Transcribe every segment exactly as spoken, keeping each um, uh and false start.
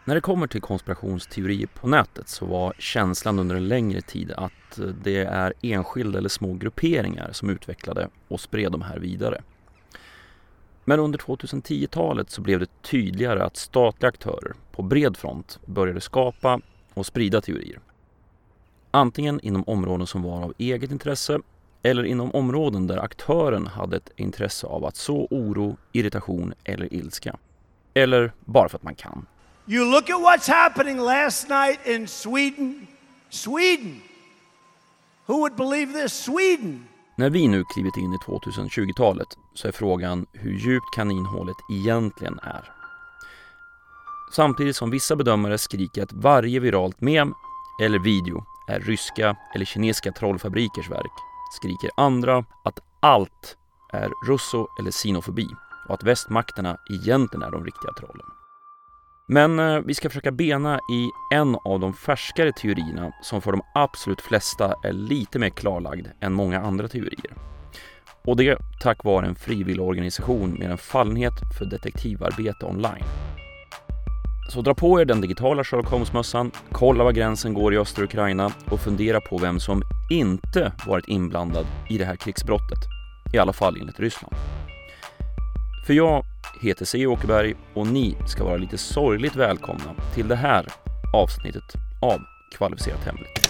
När det kommer till konspirationsteorier på nätet så var känslan under en längre tid att det är enskilda eller små grupperingar som utvecklade och spred de här vidare. Men under tjugohundratio-talet så blev det tydligare att statliga aktörer på bred front började skapa och sprida teorier. Antingen inom områden som var av eget intresse eller inom områden där aktören hade ett intresse av att så oro, irritation eller ilska. Eller bara för att man kan. You look at what's happening last night in Sweden. Sweden! Who would believe this? Sweden! När vi nu klivit in i tjugotjugotalet så är frågan hur djupt kaninhålet egentligen är. Samtidigt som vissa bedömare skriker att varje viralt mem eller video är ryska eller kinesiska trollfabrikers verk, skriker andra att allt är russo- eller sinofobi och att västmakterna egentligen är de riktiga trollen. Men eh, vi ska försöka bena i en av de färskare teorierna som för de absolut flesta är lite mer klarlagd än många andra teorier. Och det tack vare en frivillig organisation med en fallenhet för detektivarbete online. Så dra på er den digitala Sherlock Holmes-mössan, kolla var gränsen går i östra Ukraina och fundera på vem som inte varit inblandad i det här krigsbrottet, i alla fall enligt Ryssland. För jag heter C. Åkerberg och ni ska vara lite sorgligt välkomna till det här avsnittet av Kvalificerat hemligt.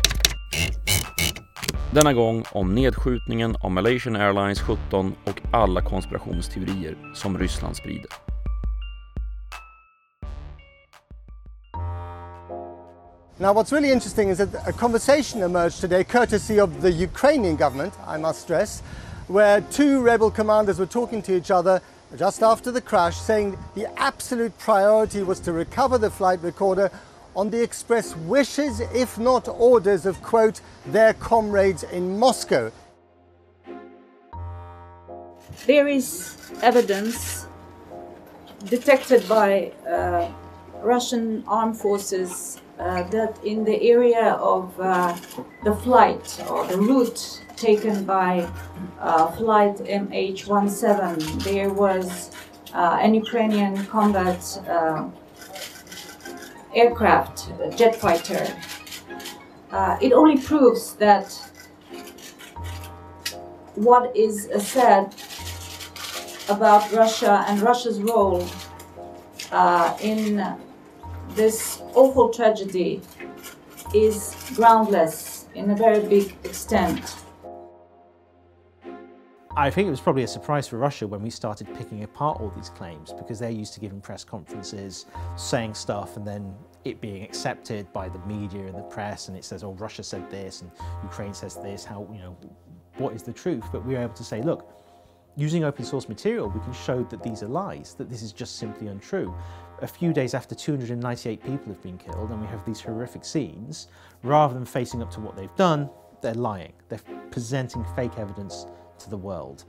Denna gång om nedskjutningen av Malaysian Airlines sjutton och alla konspirationsteorier som Ryssland sprider. Now, what's really interesting is that a conversation emerged today, courtesy of the Ukrainian government, I must stress, where two rebel commanders were talking to each other just after the crash, saying the absolute priority was to recover the flight recorder on the express wishes, if not orders, of, quote, their comrades in Moscow. There is evidence detected by uh, Russian armed forces uh, that in the area of uh, the flight or the route taken by uh, flight M H seventeen, there was uh, an Ukrainian combat uh, aircraft, jet fighter. Uh, it only proves that what is said about Russia and Russia's role uh, in this awful tragedy is groundless in a very big extent. I think it was probably a surprise for Russia when we started picking apart all these claims, because they're used to giving press conferences, saying stuff, and then it being accepted by the media and the press, and it says, oh, Russia said this and Ukraine says this, how, you know, what is the truth? But we were able to say, look, using open source material, we can show that these are lies, that this is just simply untrue. A few days after two hundred ninety-eight people have been killed and we have these horrific scenes, rather than facing up to what they've done, they're lying. They're presenting fake evidence to the world.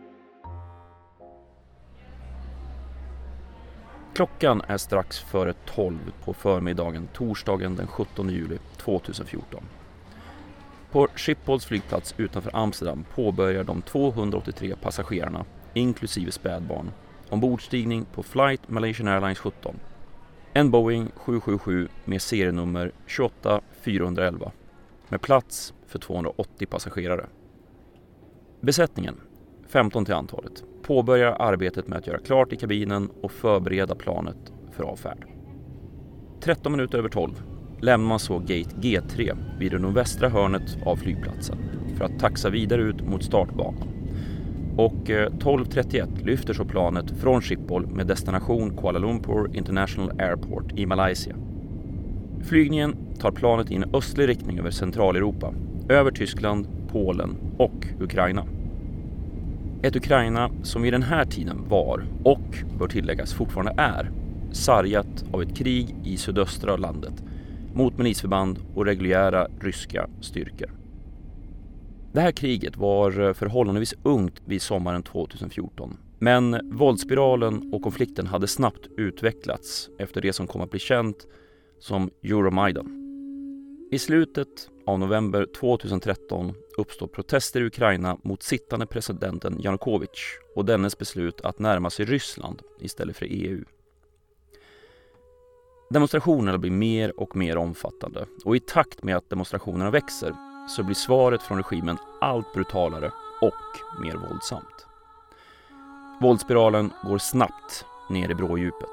Klockan är strax före tolv på förmiddagen torsdagen den sjuttonde juli tjugohundrafjorton. På Schiphols flygplats utanför Amsterdam påbörjar de tvåhundraåttiotre passagerarna, inklusive spädbarn, ombordstigning på flight Malaysian Airlines sjutton. En Boeing sju sju sju med serienummer tjugoåtta fyrahundraelva med plats för tvåhundraåttio passagerare. Besättningen, femton till antalet, påbörjar arbetet med att göra klart i kabinen och förbereda planet för avfärd. tretton minuter över tolv lämnar man så gate G tre vid det nordvästra hörnet av flygplatsen för att taxa vidare ut mot startbanan. Och tolv trettioett lyfter så planet från Schiphol med destination Kuala Lumpur International Airport i Malaysia. Flygningen tar planet i en östlig riktning över Centraleuropa, över Tyskland, Polen och Ukraina. Ett Ukraina som i den här tiden var, och bör tilläggas fortfarande är, sargat av ett krig i sydöstra landet mot milisförband och reguljära ryska styrkor. Det här kriget var förhållandevis ungt vid sommaren tjugohundrafjorton, men våldsspiralen och konflikten hade snabbt utvecklats efter det som kom att bli känt som Euromaidan. I slutet av november tjugohundratretton uppstår protester i Ukraina mot sittande presidenten Janukovytj och dennes beslut att närma sig Ryssland istället för E U. Demonstrationerna blir mer och mer omfattande och i takt med att demonstrationerna växer så blir svaret från regimen allt brutalare och mer våldsamt. Våldsspiralen går snabbt ner i brådjupet.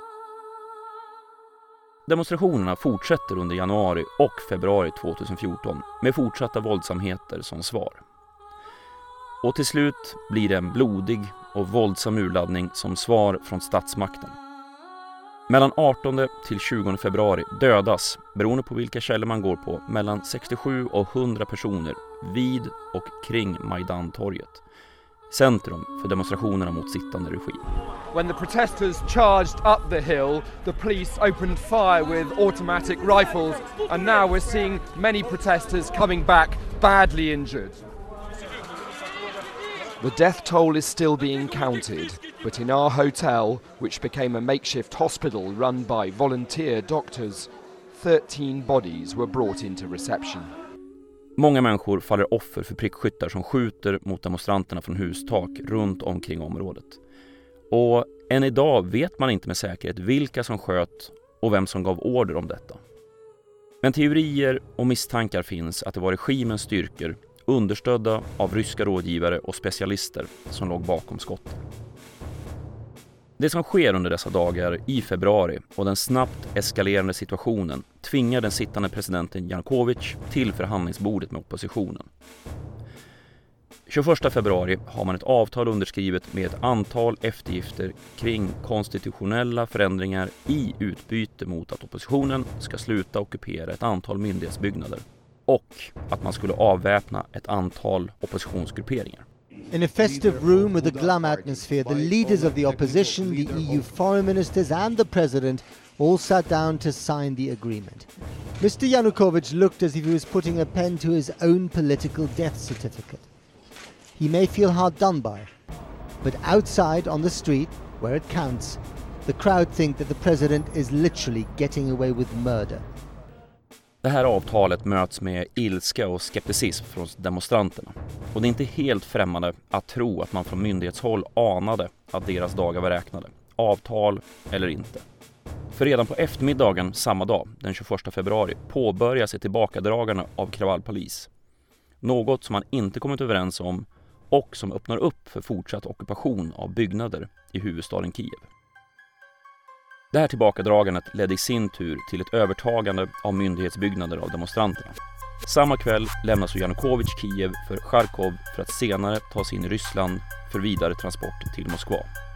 Demonstrationerna fortsätter under januari och februari tjugohundrafjorton med fortsatta våldsamheter som svar. Och till slut blir det en blodig och våldsam urladdning som svar från statsmakten. Mellan artonde till tjugonde februari dödas, beroende på vilka källor man går på, mellan sextiosju och hundra personer vid och kring Majdan-torget. Centrum för demonstrationerna mot sittande regim. When the protesters charged up the hill, the police opened fire with automatic rifles, and now we're seeing many protesters coming back badly injured. The death toll is still being counted, but in our hotel, which became a makeshift hospital run by volunteer doctors, thirteen bodies were brought into reception. Många människor faller offer för prickskyttar som skjuter mot demonstranterna från hustak runt omkring området. Och än idag vet man inte med säkerhet vilka som sköt och vem som gav order om detta. Men teorier och misstankar finns att det var regimens styrkor understödda av ryska rådgivare och specialister som låg bakom skotten. Det som sker under dessa dagar i februari och den snabbt eskalerande situationen tvingar den sittande presidenten Janukovyč till förhandlingsbordet med oppositionen. tjugoförsta februari har man ett avtal underskrivet med ett antal eftergifter kring konstitutionella förändringar i utbyte mot att oppositionen ska sluta ockupera ett antal myndighetsbyggnader och att man skulle avväpna ett antal oppositionsgrupperingar. In a festive room with a glum atmosphere, the leaders of the opposition, the E U foreign ministers and the president all sat down to sign the agreement. Mister Yanukovych looked as if he was putting a pen to his own political death certificate. He may feel hard done by, but outside on the street, where it counts, the crowd think that the president is literally getting away with murder. Det här avtalet möts med ilska och skepticism från demonstranterna. Och det är inte helt främmande att tro att man från myndighetshåll anade att deras dagar var räknade. Avtal eller inte. För redan på eftermiddagen samma dag, den tjugoförsta februari, påbörjas ett tillbakadragande av kravallpolis. Något som man inte kommit överens om och som öppnar upp för fortsatt ockupation av byggnader i huvudstaden Kiev. Det här tillbakadragandet ledde i sin tur till ett övertagande av myndighetsbyggnader av demonstranterna. Samma kväll lämnas Janukovyč Kiev för Charkov för att senare ta sig in i Ryssland för vidare transport till Moskva.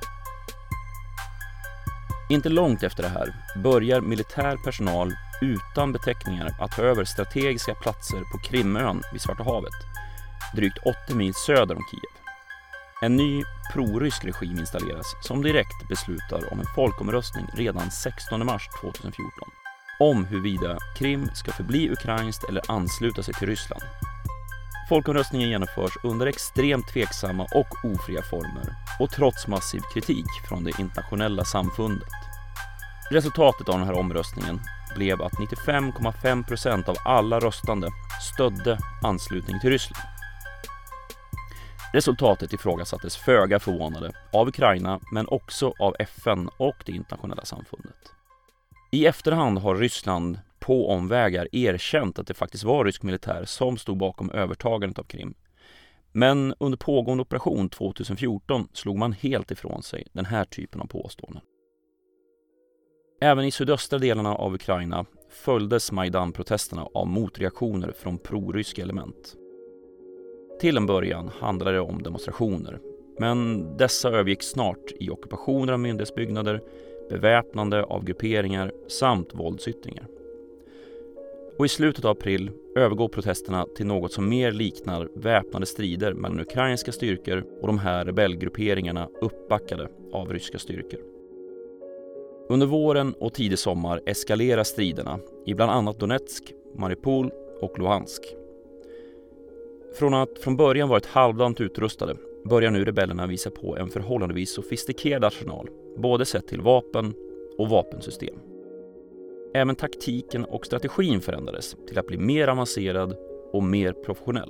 Inte långt efter det här börjar militär personal utan beteckningar att ta över strategiska platser på Krimön vid Svarta havet, drygt åttio mil söder om Kiev. En ny pro-rysk regim installeras som direkt beslutar om en folkomröstning redan sextonde mars tjugohundrafjorton om huruvida Krim ska förbli ukrainskt eller ansluta sig till Ryssland. Folkomröstningen genomförs under extremt tveksamma och ofria former och trots massiv kritik från det internationella samfundet. Resultatet av den här omröstningen blev att nittiofem komma fem procent av alla röstande stödde anslutning till Ryssland. Resultatet ifrågasattes föga förvånade av Ukraina men också av F N och det internationella samfundet. I efterhand har Ryssland på omvägar erkänt att det faktiskt var rysk militär som stod bakom övertagandet av Krim. Men under pågående operation tjugohundrafjorton slog man helt ifrån sig den här typen av påståenden. Även i sydöstra delarna av Ukraina följdes Majdan-protesterna av motreaktioner från pro-ryska element. Till en början handlade det om demonstrationer, men dessa övergick snart i ockupationer av myndighetsbyggnader, beväpnande av grupperingar samt våldsyttringar. Och i slutet av april övergår protesterna till något som mer liknar väpnade strider mellan ukrainska styrkor och de här rebellgrupperingarna uppbackade av ryska styrkor. Under våren och tidig sommar eskalerar striderna i bland annat Donetsk, Mariupol och Luhansk. Från att från början varit halvdant utrustade börjar nu rebellerna visa på en förhållandevis sofistikerad arsenal, både sett till vapen och vapensystem. Även taktiken och strategin förändrades till att bli mer avancerad och mer professionell.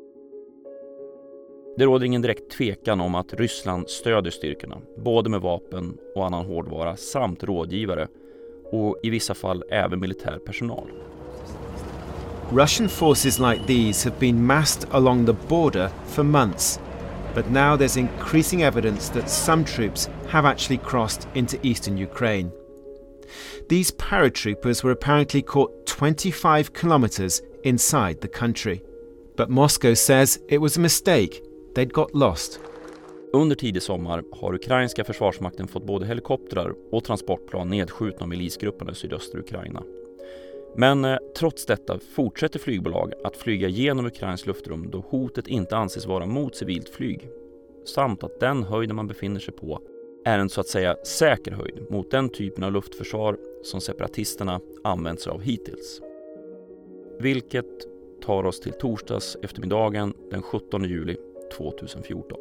Det råder ingen direkt tvekan om att Ryssland stödjer styrkorna, både med vapen och annan hårdvara samt rådgivare, och i vissa fall även militär personal. Russian forces like these have been massed along the border for months, but now there's increasing evidence that some troops have actually crossed into eastern Ukraine. These paratroopers were apparently caught twenty-five kilometers inside the country. But Moscow says it was a mistake. They'd got lost. Under tidig sommar har ukrainska försvarsmakten fått både helikoptrar och transportplan nedskjutna av milisgrupperna i sydöstra Ukraina. Men eh, trots detta fortsätter flygbolag att flyga genom Ukrains luftrum då hotet inte anses vara mot civilt flyg, samt att den höjden man befinner sig på är en så att säga säker höjd mot den typen av luftförsvar som separatisterna använt sig av hittills. Vilket tar oss till torsdags eftermiddagen den sjuttonde juli tjugohundrafjorton.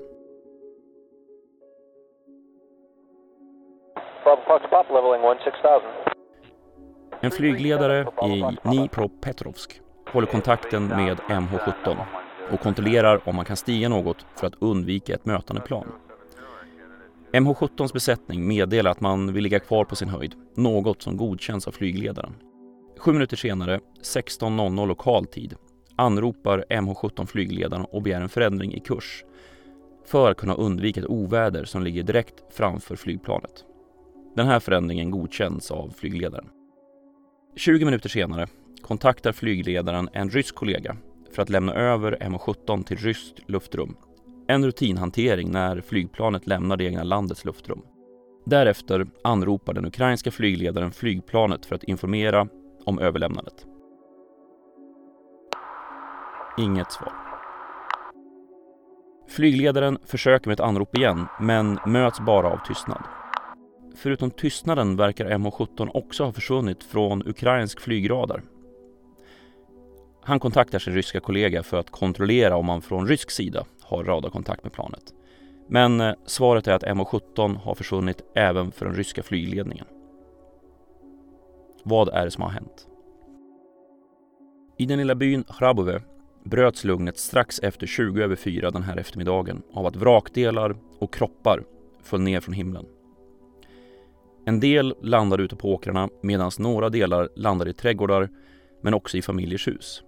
En flygledare i Dnipropetrovsk håller kontakten med M H sjutton och kontrollerar om man kan stiga något för att undvika ett mötande plan. M H sjuttons besättning meddelar att man vill ligga kvar på sin höjd, något som godkänns av flygledaren. Sju minuter senare, sexton noll noll lokal tid, anropar M H sjutton flygledaren och begär en förändring i kurs för att kunna undvika ett oväder som ligger direkt framför flygplanet. Den här förändringen godkänns av flygledaren. tjugo minuter senare kontaktar flygledaren en rysk kollega för att lämna över M H sjutton till ryskt luftrum. En rutinhantering när flygplanet lämnar det egna landets luftrum. Därefter anropar den ukrainska flygledaren flygplanet för att informera om överlämnandet. Inget svar. Flygledaren försöker med ett anrop igen, men möts bara av tystnad. Förutom tystnaden verkar M H sjutton också ha försvunnit från ukrainsk flygradar. Han kontaktar sin ryska kollega för att kontrollera om man från rysk sida har radarkontakt med planet. Men eh, svaret är att M H sjutton har försvunnit även för den ryska flygledningen. Vad är det som har hänt? I den lilla byn Hrabove bröts lugnet strax efter tjugo över fyra den här eftermiddagen av att vrakdelar och kroppar föll ner från himlen. En del landade ute på åkrarna medan några delar landade i trädgårdar men också i familjers hus.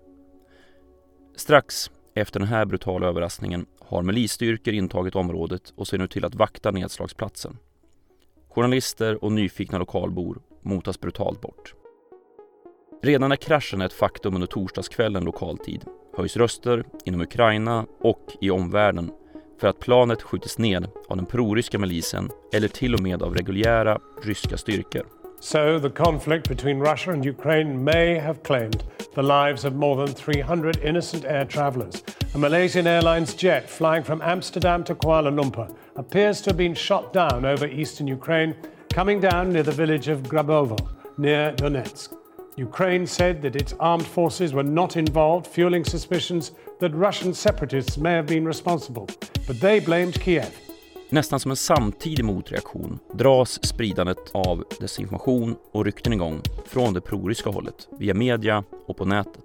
Strax efter den här brutala överraskningen har milisstyrkor intagit området och ser nu till att vakta nedslagsplatsen. Journalister och nyfikna lokalbor motas brutalt bort. Redan när kraschen är ett faktum under torsdagskvällen lokaltid höjs röster inom Ukraina och i omvärlden för att planet skjuts ned av den proryska milisen eller till och med av reguljära ryska styrkor. So the conflict between Russia and Ukraine may have claimed the lives of more than three hundred innocent air travelers. A Malaysian Airlines jet flying from Amsterdam to Kuala Lumpur appears to have been shot down over eastern Ukraine, coming down near the village of Grabovo, near Donetsk. Ukraine said that its armed forces were not involved, fueling suspicions that Russian separatists may have been responsible. But they blamed Kiev. Nästan som en samtidig motreaktion dras spridandet av desinformation och rykten igång från det proryska hållet via media och på nätet.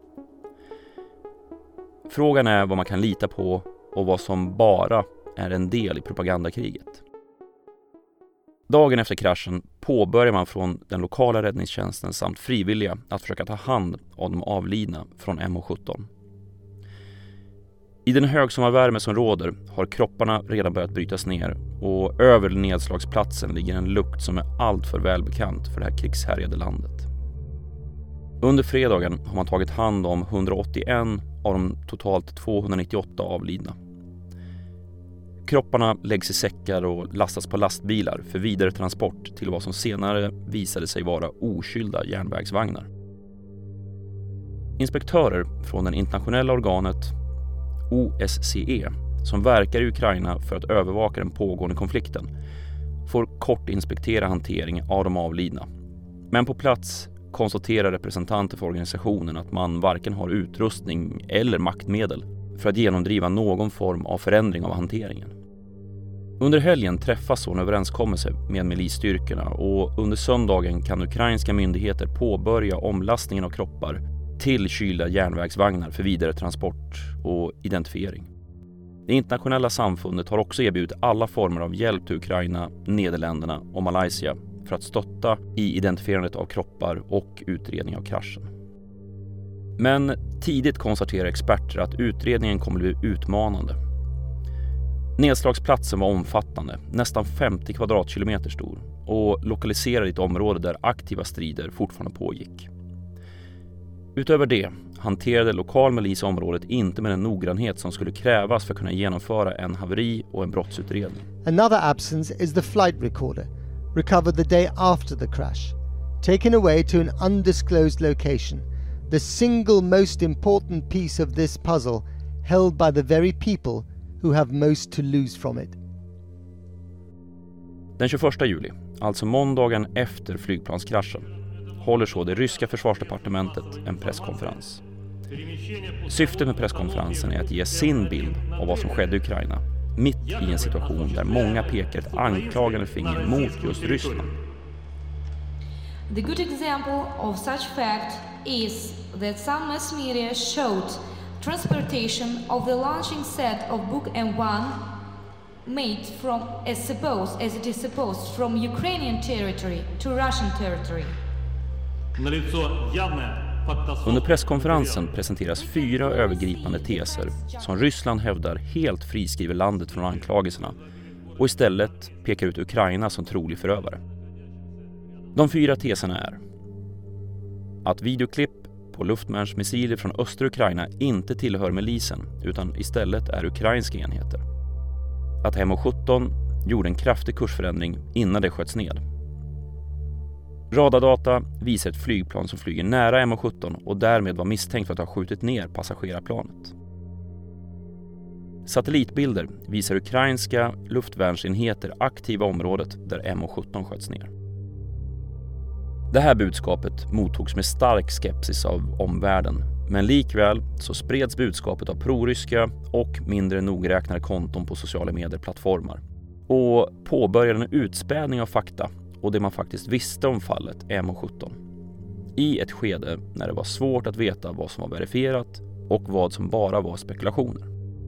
Frågan är vad man kan lita på och vad som bara är en del i propagandakriget. Dagen efter kraschen påbörjar man från den lokala räddningstjänsten samt frivilliga att försöka ta hand om de avlidna från M H sjutton. I den högsommarvärme som råder har kropparna redan börjat brytas ner och över nedslagsplatsen ligger en lukt som är alltför välbekant för det här krigshärjade landet. Under fredagen har man tagit hand om hundraåttioen av de totalt tvåhundranittioåtta avlidna. Kropparna läggs i säckar och lastas på lastbilar för vidare transport till vad som senare visade sig vara okylda järnvägsvagnar. Inspektörer från det internationella organet O S C E, som verkar i Ukraina för att övervaka den pågående konflikten, får kort inspektera hantering av de avlidna. Men på plats konstaterar representanter för organisationen att man varken har utrustning eller maktmedel för att genomdriva någon form av förändring av hanteringen. Under helgen träffas så en överenskommelse med milisstyrkorna och under söndagen kan ukrainska myndigheter påbörja omlastningen av kroppar till kylda järnvägsvagnar för vidare transport och identifiering. Det internationella samfundet har också erbjudit alla former av hjälp till Ukraina, Nederländerna och Malaysia för att stötta i identifierandet av kroppar och utredning av kraschen. Men tidigt konstaterar experter att utredningen kommer bli utmanande. Nedslagsplatsen var omfattande, nästan femtio kvadratkilometer stor och lokaliserad i ett område där aktiva strider fortfarande pågick. Utöver det hanterade lokal milis området inte med den noggrannhet som skulle krävas för att kunna genomföra en haveri och en brottsutredning. Another absence is the flight recorder, recovered the day after the crash, taken away to an undisclosed location, the single most important piece of this puzzle held by the very people who have most to lose from it. Den tjugoförsta juli, alltså måndagen efter flygplanskraschen, håller så det ryska försvarsdepartementet en presskonferens. Syftet med presskonferensen är att ge sin bild av vad som skedde i Ukraina, mitt i en situation där många pekar ett anklagande finger mot just Ryssland. The good example of such fact is that some mass media showed transportation of the launching set of Buk M one made from, as supposed, as it is supposed, from Ukrainian territory to Russian territory. Under presskonferensen presenteras fyra övergripande teser som Ryssland hävdar helt friskriver landet från anklagelserna och istället pekar ut Ukraina som trolig förövare. De fyra teserna är att videoklipp på luftvärnsmissiler från östra Ukraina inte tillhör milisen utan istället är ukrainska enheter. Att M sjutton gjorde en kraftig kursförändring innan det sköts ned. Radardata visar ett flygplan som flyger nära M sjutton och därmed var misstänkt för att ha skjutit ner passagerarplanet. Satellitbilder visar ukrainska luftvärnsenheter aktiva området där M sjutton sköts ner. Det här budskapet mottogs med stark skepsis av omvärlden, men likväl så spreds budskapet av proryska och mindre nogräknade konton på sociala medieplattformar och påbörjade en utspädning av fakta och det man faktiskt visste om fallet M sjutton. I ett skede när det var svårt att veta vad som var verifierat och vad som bara var spekulationer.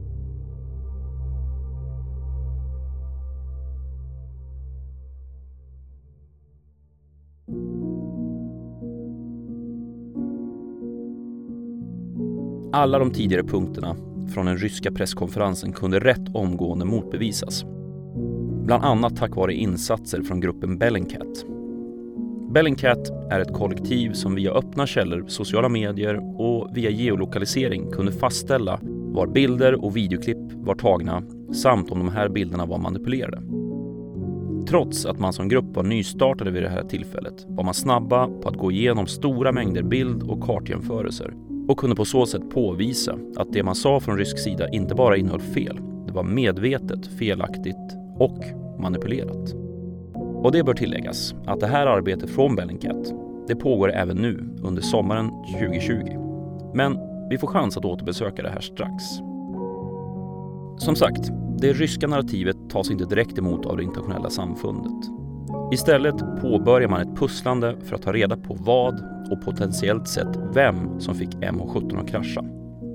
Alla de tidigare punkterna från den ryska presskonferensen kunde rätt omgående motbevisas. Bland annat tack vare insatser från gruppen Bellingcat. Bellingcat är ett kollektiv som via öppna källor, sociala medier och via geolokalisering kunde fastställa var bilder och videoklipp var tagna samt om de här bilderna var manipulerade. Trots att man som grupp var nystartade vid det här tillfället var man snabba på att gå igenom stora mängder bild- och kartjämförelser och kunde på så sätt påvisa att det man sa från rysk sida inte bara innehöll fel, det var medvetet felaktigt och manipulerat. Och det bör tilläggas att det här arbetet från Bellingcat, det pågår även nu under sommaren tjugohundratjugo. Men vi får chans att återbesöka det här strax. Som sagt, det ryska narrativet tas inte direkt emot av det internationella samfundet. Istället påbörjar man ett pusslande för att ta reda på vad och potentiellt sett vem som fick M sjutton att krascha.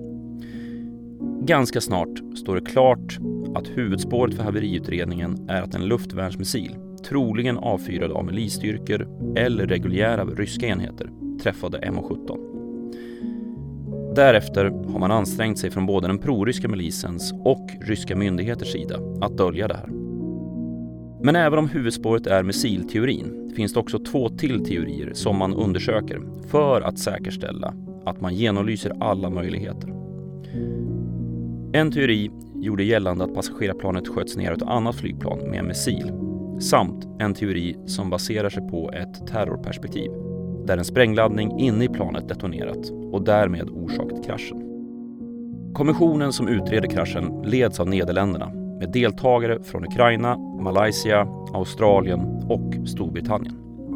Ganska snart står det klart att huvudspåret för haveriutredningen är att en luftvärnsmissil, troligen avfyrad av milisstyrkor eller reguljära ryska enheter, träffade M sjutton. Därefter har man ansträngt sig från både den proryska milisens och ryska myndigheters sida att dölja det här. Men även om huvudspåret är missilteorin finns det också två till teorier som man undersöker för att säkerställa att man genomlyser alla möjligheter. En teori gjorde gällande att passagerarplanet sköts ner av ett annat flygplan med en missil, samt en teori som baserar sig på ett terrorperspektiv, där en sprängladdning inne i planet detonerat och därmed orsakat kraschen. Kommissionen som utreder kraschen leds av Nederländerna med deltagare från Ukraina, Malaysia, Australien och Storbritannien.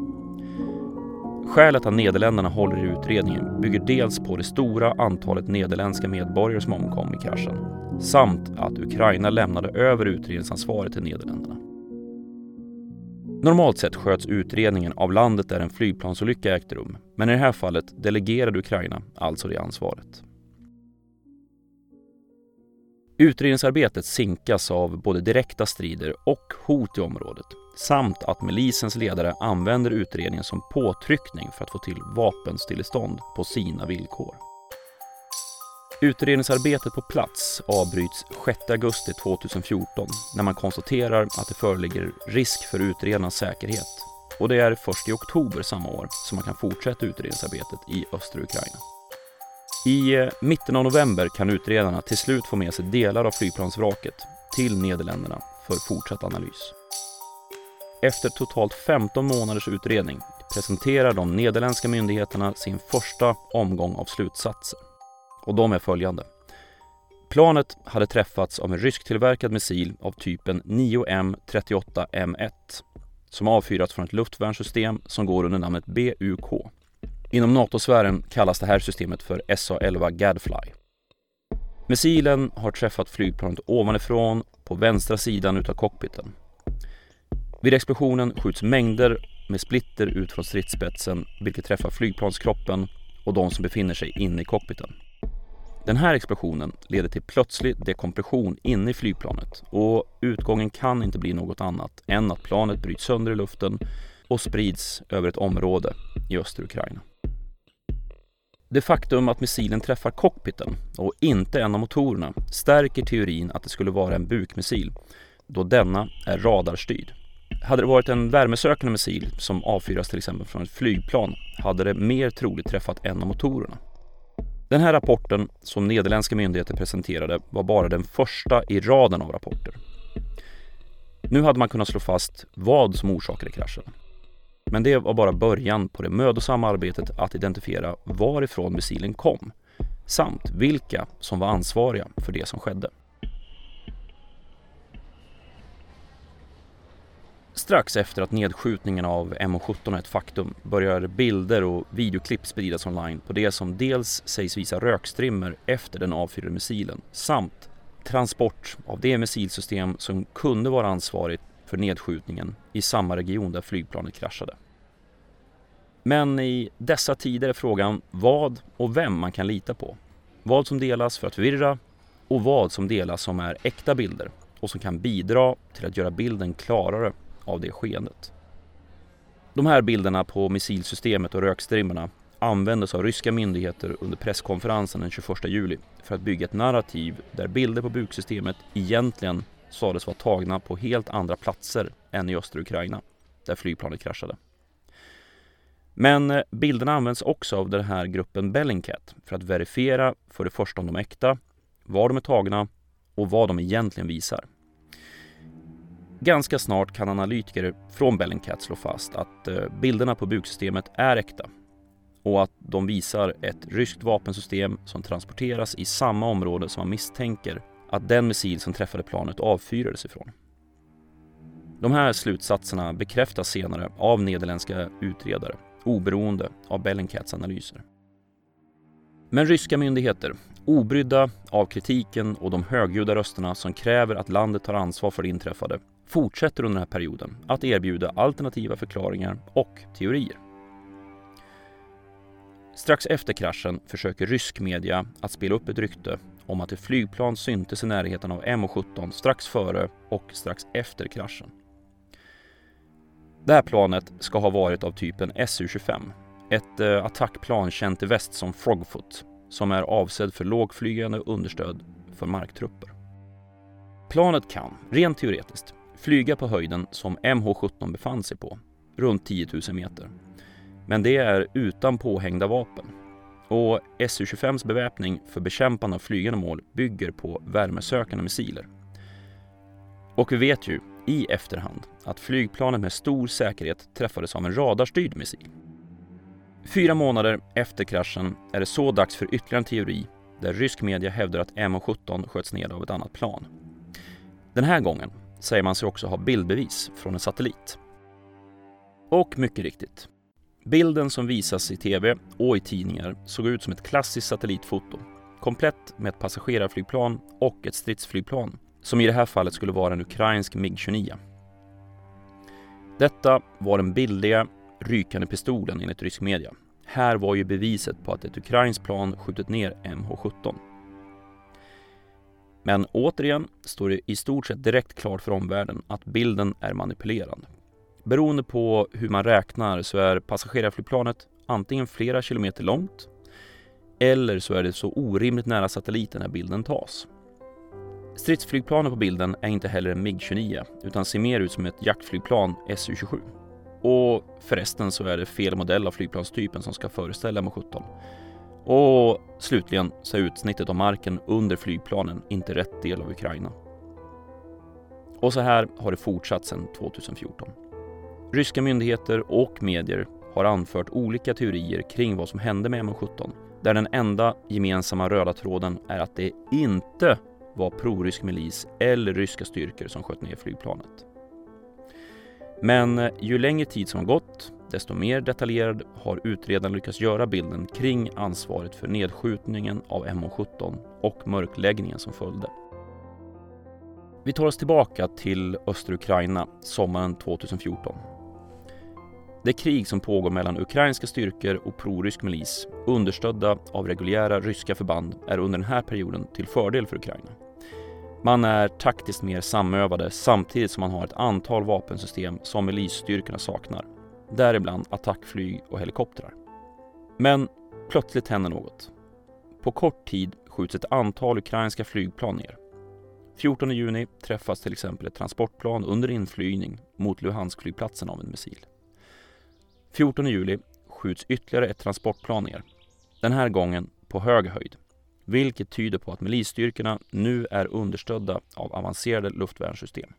Skälet att Nederländerna håller i utredningen bygger dels på det stora antalet nederländska medborgare som omkom i kraschen, samt att Ukraina lämnade över utredningsansvaret till Nederländerna. Normalt sett sköts utredningen av landet där en flygplansolycka ägt rum, men i det här fallet delegerade Ukraina alltså det ansvaret. Utredningsarbetet sinkas av både direkta strider och hot i området, samt att milisens ledare använder utredningen som påtryckning för att få till vapenstillestånd på sina villkor. Utredningsarbetet på plats avbryts sjätte augusti tjugohundrafjorton när man konstaterar att det föreligger risk för utredarnas säkerhet, och det är först i oktober samma år som man kan fortsätta utredningsarbetet i östra Ukraina. I mitten av november kan utredarna till slut få med sig delar av flygplansvraket till Nederländerna för fortsatt analys. Efter totalt femton månaders utredning presenterar de nederländska myndigheterna sin första omgång av slutsatser. Och de är följande. Planet hade träffats av en rysktillverkad missil av typen nio M trettioåtta M ett som avfyrats från ett luftvärnssystem som går under namnet B U K. Inom NATO-sfären kallas det här systemet för S A elva Gadfly. Missilen har träffat flygplanet ovanifrån på vänstra sidan utav cockpiten. Vid explosionen skjuts mängder med splitter ut från stridsspetsen, vilket träffar flygplanskroppen och de som befinner sig inne i cockpiten. Den här explosionen leder till plötslig dekompression inne i flygplanet, och utgången kan inte bli något annat än att planet bryts sönder i luften och sprids över ett område i östra Ukraina. Det faktum att missilen träffar cockpiten och inte en av motorerna stärker teorin att det skulle vara en bukmissil, då denna är radarstyrd. Hade det varit en värmesökande missil som avfyras till exempel från ett flygplan hade det mer troligt träffat en av motorerna. Den här rapporten som nederländska myndigheter presenterade var bara den första i raden av rapporter. Nu hade man kunnat slå fast vad som orsakade kraschen. Men det var bara början på det mödosamma arbetet att identifiera varifrån missilen kom, samt vilka som var ansvariga för det som skedde. Strax efter att nedskjutningen av M H sjutton är ett faktum börjar bilder och videoklipp spridas online på det som dels sägs visa rökstrimmer efter den avfyrade missilen samt transport av det missilsystem som kunde vara ansvarigt för nedskjutningen i samma region där flygplanet kraschade. Men i dessa tider är frågan vad och vem man kan lita på. Vad som delas för att förvirra och vad som delas som är äkta bilder och som kan bidra till att göra bilden klarare av det skeendet. De här bilderna på missilsystemet och rökstrimmerna användes av ryska myndigheter under presskonferensen den tjugoförsta juli för att bygga ett narrativ där bilder på buksystemet egentligen sades vara tagna på helt andra platser än i östra Ukraina, där flygplanet kraschade. Men bilderna används också av den här gruppen Bellingcat för att verifiera för det första om de är äkta, var de är tagna och vad de egentligen visar. Ganska snart kan analytiker från Bellingcat slå fast att bilderna på buksystemet är äkta och att de visar ett ryskt vapensystem som transporteras i samma område som man misstänker att den missil som träffade planet avfyrades ifrån. De här slutsatserna bekräftas senare av nederländska utredare, oberoende av Bellingcats analyser. Men ryska myndigheter, obrydda av kritiken och de högljudda rösterna som kräver att landet tar ansvar för det inträffade, fortsätter under den här perioden att erbjuda alternativa förklaringar och teorier. Strax efter kraschen försöker rysk media att spela upp ett rykte om att ett flygplan syntes i närheten av M H sjutton strax före och strax efter kraschen. Det här planet ska ha varit av typen S U tjugofem, ett eh, attackplan känt i väst som Frogfoot, som är avsedd för lågflygande understöd för marktrupper. Planet kan, rent teoretiskt, flyga på höjden som M H sjutton befann sig på, runt tio tusen meter. Men det är utan påhängda vapen. Och S U tjugofems beväpning för bekämpande av flygande mål bygger på värmesökande missiler. Och vi vet ju i efterhand att flygplanet med stor säkerhet träffades av en radarstyrd missil. Fyra månader efter kraschen är det så dags för ytterligare en teori där rysk media hävdar att M H sjutton sköts ned av ett annat plan. Den här gången säger man sig också ha bildbevis från en satellit. Och mycket riktigt. Bilden som visas i tv och i tidningar såg ut som ett klassiskt satellitfoto, komplett med ett passagerarflygplan och ett stridsflygplan, som i det här fallet skulle vara en ukrainsk MiG tjugonio. Detta var den billiga, rykande pistolen enligt rysk media. Här var ju beviset på att ett ukrainskt plan skjutit ner M H sjutton. Men återigen står det i stort sett direkt klart för omvärlden att bilden är manipulerad. Beroende på hur man räknar så är passagerarflygplanet antingen flera kilometer långt eller så är det så orimligt nära satelliten när bilden tas. Stridsflygplanet på bilden är inte heller en MiG tjugonio utan ser mer ut som ett jaktflygplan S U tjugosju. Och förresten så är det fel modell av flygplanstypen som ska föreställa M sjutton. Och slutligen så är utsnittet av marken under flygplanen inte rätt del av Ukraina. Och så här har det fortsatt sedan tjugohundrafjorton. Ryska myndigheter och medier har anfört olika teorier kring vad som hände med M sjutton, där den enda gemensamma röda tråden är att det inte var prorysk milis eller ryska styrkor som sköt ner flygplanet. Men ju längre tid som har gått, desto mer detaljerad har utredaren lyckats göra bilden kring ansvaret för nedskjutningen av M sjutton och mörkläggningen som följde. Vi tar oss tillbaka till östra Ukraina sommaren tjugohundrafjorton. Det krig som pågår mellan ukrainska styrkor och prorysk milis, understödda av reguljära ryska förband, är under den här perioden till fördel för Ukraina. Man är taktiskt mer samövade samtidigt som man har ett antal vapensystem som milisstyrkorna saknar, däribland attackflyg och helikoptrar. Men plötsligt händer något. På kort tid skjuts ett antal ukrainska flygplan ner. fjortonde juni träffas till exempel ett transportplan under inflygning mot Luhansk-flygplatsen av en missil. fjortonde juli skjuts ytterligare ett transportplan ner, den här gången på hög höjd, vilket tyder på att milisstyrkorna nu är understödda av avancerade luftvärnssystem.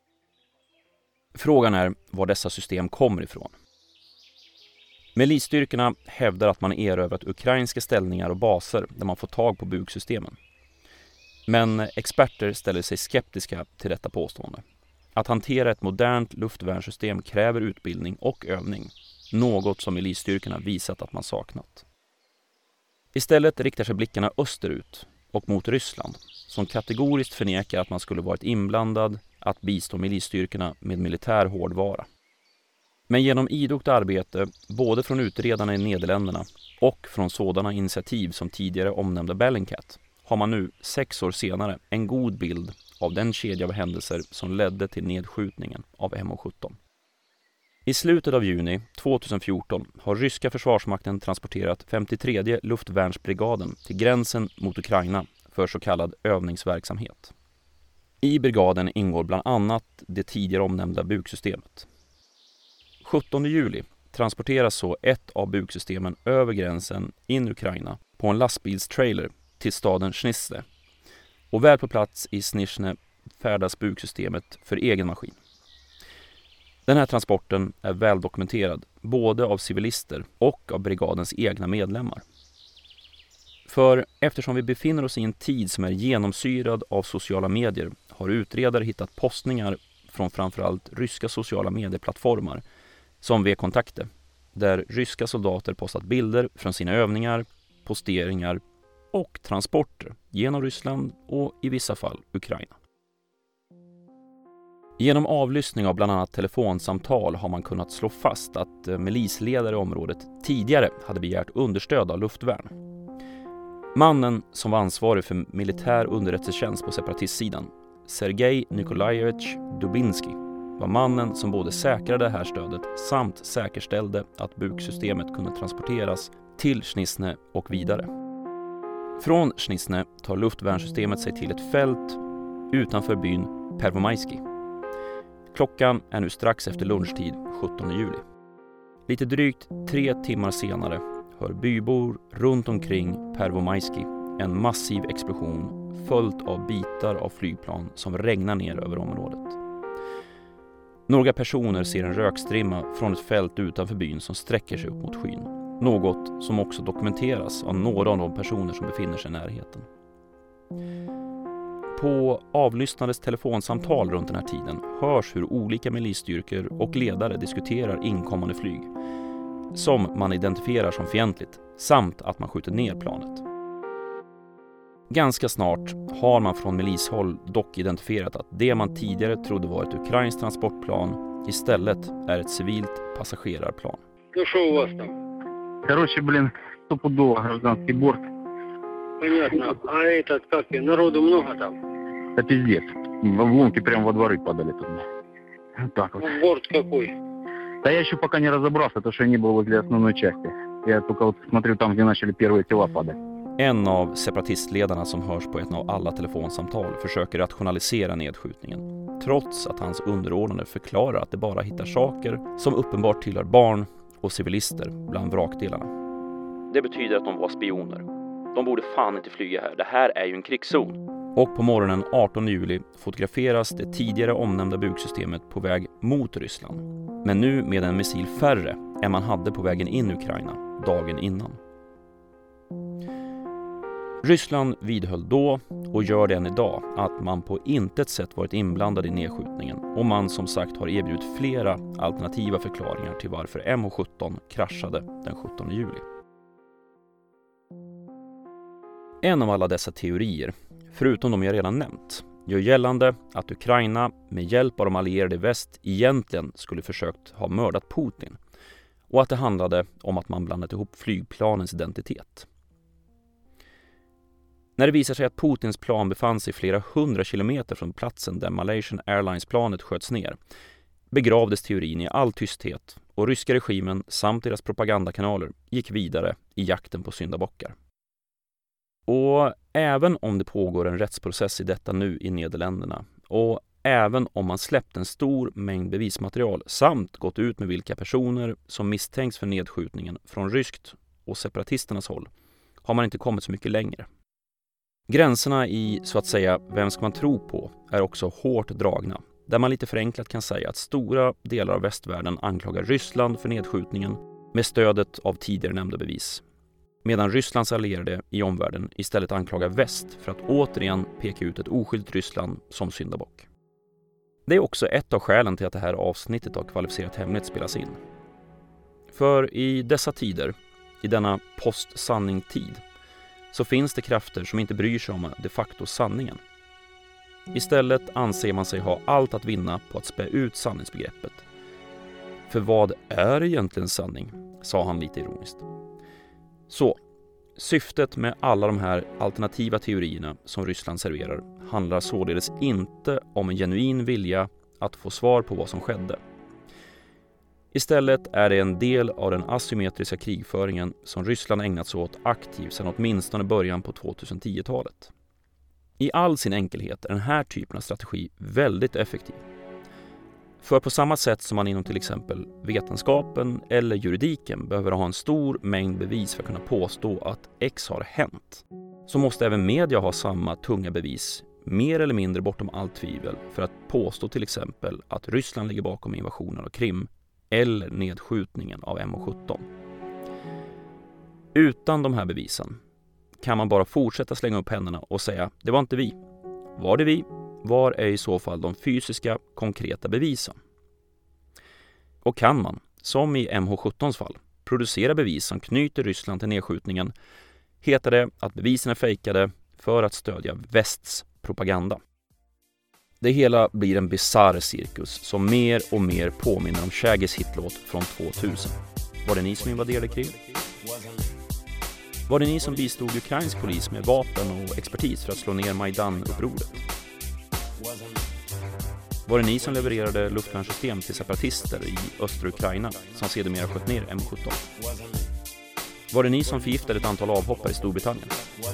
Frågan är var dessa system kommer ifrån. Milisstyrkorna hävdar att man erövrat ukrainska ställningar och baser där man får tag på buksystemen. Men experter ställer sig skeptiska till detta påstående. Att hantera ett modernt luftvärnssystem kräver utbildning och övning, något som milisstyrkorna visat att man saknat. Istället riktar sig blickarna österut och mot Ryssland, som kategoriskt förnekar att man skulle varit inblandad att bistå milisstyrkorna med militär hårdvara. Men genom idogt arbete, både från utredarna i Nederländerna och från sådana initiativ som tidigare omnämnda Bellingcat, har man nu sex år senare en god bild av den kedja av händelser som ledde till nedskjutningen av M sjutton. I slutet av juni tjugohundrafjorton har ryska försvarsmakten transporterat femtiotredje luftvärnsbrigaden till gränsen mot Ukraina för så kallad övningsverksamhet. I brigaden ingår bland annat det tidigare omnämnda buksystemet. sjuttonde juli transporteras så ett av buksystemen över gränsen in i Ukraina på en lastbilstrailer till staden Snizne, och väl på plats i Snizne färdas buksystemet för egen maskin. Den här transporten är väl dokumenterad både av civilister och av brigadens egna medlemmar. För eftersom vi befinner oss i en tid som är genomsyrad av sociala medier har utredare hittat postningar från framförallt ryska sociala medieplattformar som V-kontakter, där ryska soldater postat bilder från sina övningar, posteringar och transporter genom Ryssland och i vissa fall Ukraina. Genom avlyssning av bland annat telefonsamtal har man kunnat slå fast att milisledare i området tidigare hade begärt understöd av luftvärn. Mannen som var ansvarig för militär underrättelsetjänst på separatistsidan, Sergej Nikolajevich Dubinski, var mannen som både säkrade det här stödet samt säkerställde att buksystemet kunde transporteras till Snizne och vidare. Från Snizne tar luftvärnssystemet sig till ett fält utanför byn Pervomajski. Klockan är nu strax efter lunchtid sjuttonde juli. Lite drygt tre timmar senare hör bybor runt omkring Pervomajski en massiv explosion följt av bitar av flygplan som regnar ner över området. Några personer ser en rökstrimma från ett fält utanför byn som sträcker sig upp mot skyn. Något som också dokumenteras av några av de personer som befinner sig i närheten. På avlyssnades telefonsamtal runt den här tiden hörs hur olika milisstyrkor och ledare diskuterar inkommande flyg, som man identifierar som fientligt, samt att man skjuter ner planet. Ganska snart har man från milishåll dock identifierat att det man tidigare trodde var ett ukrainskt transportplan istället är ett civilt passagerarplan. Ну что у вас там? Короче, блин, стопудово гражданский борт. Понятно. А этот, как и народу много там? Это пиздец. Обломки прямо во дворы падали тут. Вот так вот. Борт какой? Да я еще пока не разобрался, потому что я не был возле основной части. Я только вот смотрю там, где начали первые тела падать. En av separatistledarna som hörs på ett av alla telefonsamtal försöker rationalisera nedskjutningen, trots att hans underordnade förklarar att det bara hittar saker som uppenbart tillhör barn och civilister bland vrakdelarna. Det betyder att de var spioner. De borde fan inte flyga här. Det här är ju en krigszon. Och på morgonen artonde juli fotograferas det tidigare omnämnda buksystemet på väg mot Ryssland. Men nu med en missil färre än man hade på vägen in i Ukraina dagen innan. Ryssland vidhöll då och gör det än idag att man på intet sätt varit inblandad i nedskjutningen och man som sagt har erbjudit flera alternativa förklaringar till varför M H sjutton kraschade den sjuttonde juli. En av alla dessa teorier, förutom de jag redan nämnt, gör gällande att Ukraina med hjälp av de allierade i väst egentligen skulle försökt ha mördat Putin och att det handlade om att man blandat ihop flygplanens identitet. När det visar sig att Putins plan befann sig flera hundra kilometer från platsen där Malaysian Airlines-planet sköts ner, begravdes teorin i all tysthet och ryska regimen samt deras propagandakanaler gick vidare i jakten på syndabockar. Och även om det pågår en rättsprocess i detta nu i Nederländerna och även om man släppt en stor mängd bevismaterial samt gått ut med vilka personer som misstänks för nedskjutningen från ryskt och separatisternas håll, har man inte kommit så mycket längre. Gränserna i, så att säga, vem ska man tro på är också hårt dragna, där man lite förenklat kan säga att stora delar av västvärlden anklagar Ryssland för nedskjutningen med stödet av tidigare nämnda bevis, medan Rysslands allierade i omvärlden istället anklagar väst för att återigen peka ut ett oskyldigt Ryssland som syndabock. Det är också ett av skälen till att det här avsnittet av Kvalificerat hemligt spelas in. För i dessa tider, i denna post-sanning-tid, så finns det krafter som inte bryr sig om de facto sanningen. Istället anser man sig ha allt att vinna på att spä ut sanningsbegreppet. För vad är egentligen sanning? Sa han lite ironiskt. Så, syftet med alla de här alternativa teorierna som Ryssland serverar handlar således inte om en genuin vilja att få svar på vad som skedde. Istället är det en del av den asymmetriska krigföringen som Ryssland ägnat sig åt aktivt sedan åtminstone början på tjugohundratio-talet. I all sin enkelhet är den här typen av strategi väldigt effektiv. För på samma sätt som man inom till exempel vetenskapen eller juridiken behöver ha en stor mängd bevis för att kunna påstå att X har hänt, så måste även media ha samma tunga bevis, mer eller mindre bortom allt tvivel, för att påstå till exempel att Ryssland ligger bakom invasionen av Krim eller nedskjutningen av M H sjutton. Utan de här bevisen kan man bara fortsätta slänga upp händerna och säga det var inte vi. Var det vi? Var är i så fall de fysiska, konkreta bevisen? Och kan man, som i M H sjuttons fall, producera bevis som knyter Ryssland till nedskjutningen, heter det att bevisen är fejkade för att stödja västs propaganda. Det hela blir en bizarr cirkus som mer och mer påminner om Shaggys hitlåt från tvåtusen. Var det ni som invaderade Krim? Var det ni som bistod ukrainsk polis med vapen och expertis för att slå ner Majdan-upproret? Var det ni som levererade luftvärnssystem till separatister i östra Ukraina som sedermera sköt ner M sjutton? Var det ni som förgiftade ett antal avhoppare i Storbritannien?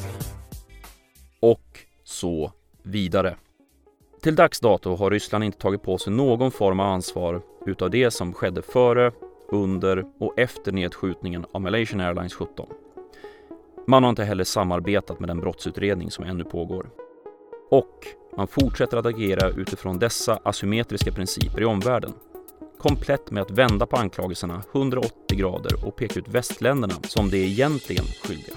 Och så vidare. Till dags dato har Ryssland inte tagit på sig någon form av ansvar utav det som skedde före, under och efter nedskjutningen av Malaysian Airlines sjutton. Man har inte heller samarbetat med den brottsutredning som ännu pågår. Och man fortsätter att agera utifrån dessa asymmetriska principer i omvärlden. Komplett med att vända på anklagelserna hundraåttio grader och peka ut västländerna som det egentligen skyldiga.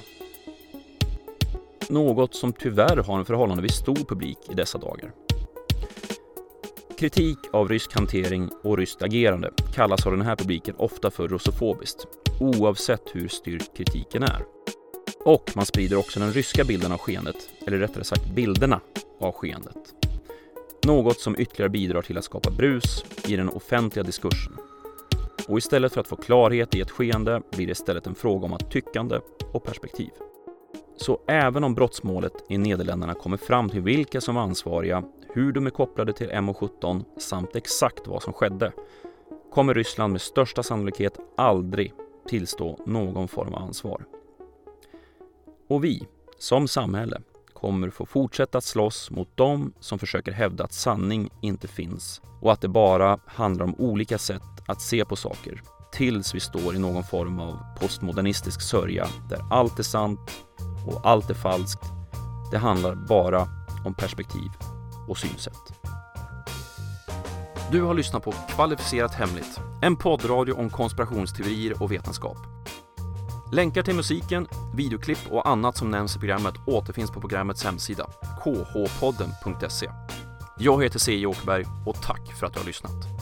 Något som tyvärr har en förhållandevis stor publik i dessa dagar. Kritik av rysk hantering och ryskt agerande kallas av den här publiken ofta för russofobiskt, oavsett hur styrkt kritiken är. Och man sprider också den ryska bilden av skeendet, eller rättare sagt bilderna av skeendet. Något som ytterligare bidrar till att skapa brus i den offentliga diskursen. Och istället för att få klarhet i ett skeende blir det istället en fråga om att tyckande och perspektiv. Så även om brottsmålet i Nederländerna kommer fram till vilka som var ansvariga, hur de är kopplade till M H sjutton samt exakt vad som skedde, kommer Ryssland med största sannolikhet aldrig tillstå någon form av ansvar. Och vi, som samhälle, kommer få fortsätta att slåss mot dem som försöker hävda att sanning inte finns och att det bara handlar om olika sätt att se på saker, tills vi står i någon form av postmodernistisk sörja där allt är sant och allt är falskt. Det handlar bara om perspektiv och synsätt. Du har lyssnat på Kvalificerat hemligt, en poddradio om konspirationsteorier och vetenskap. Länkar till musiken, videoklipp och annat som nämns i programmet återfinns på programmets hemsida k h podden punkt se. Jag heter C J Åkerberg och tack för att du har lyssnat.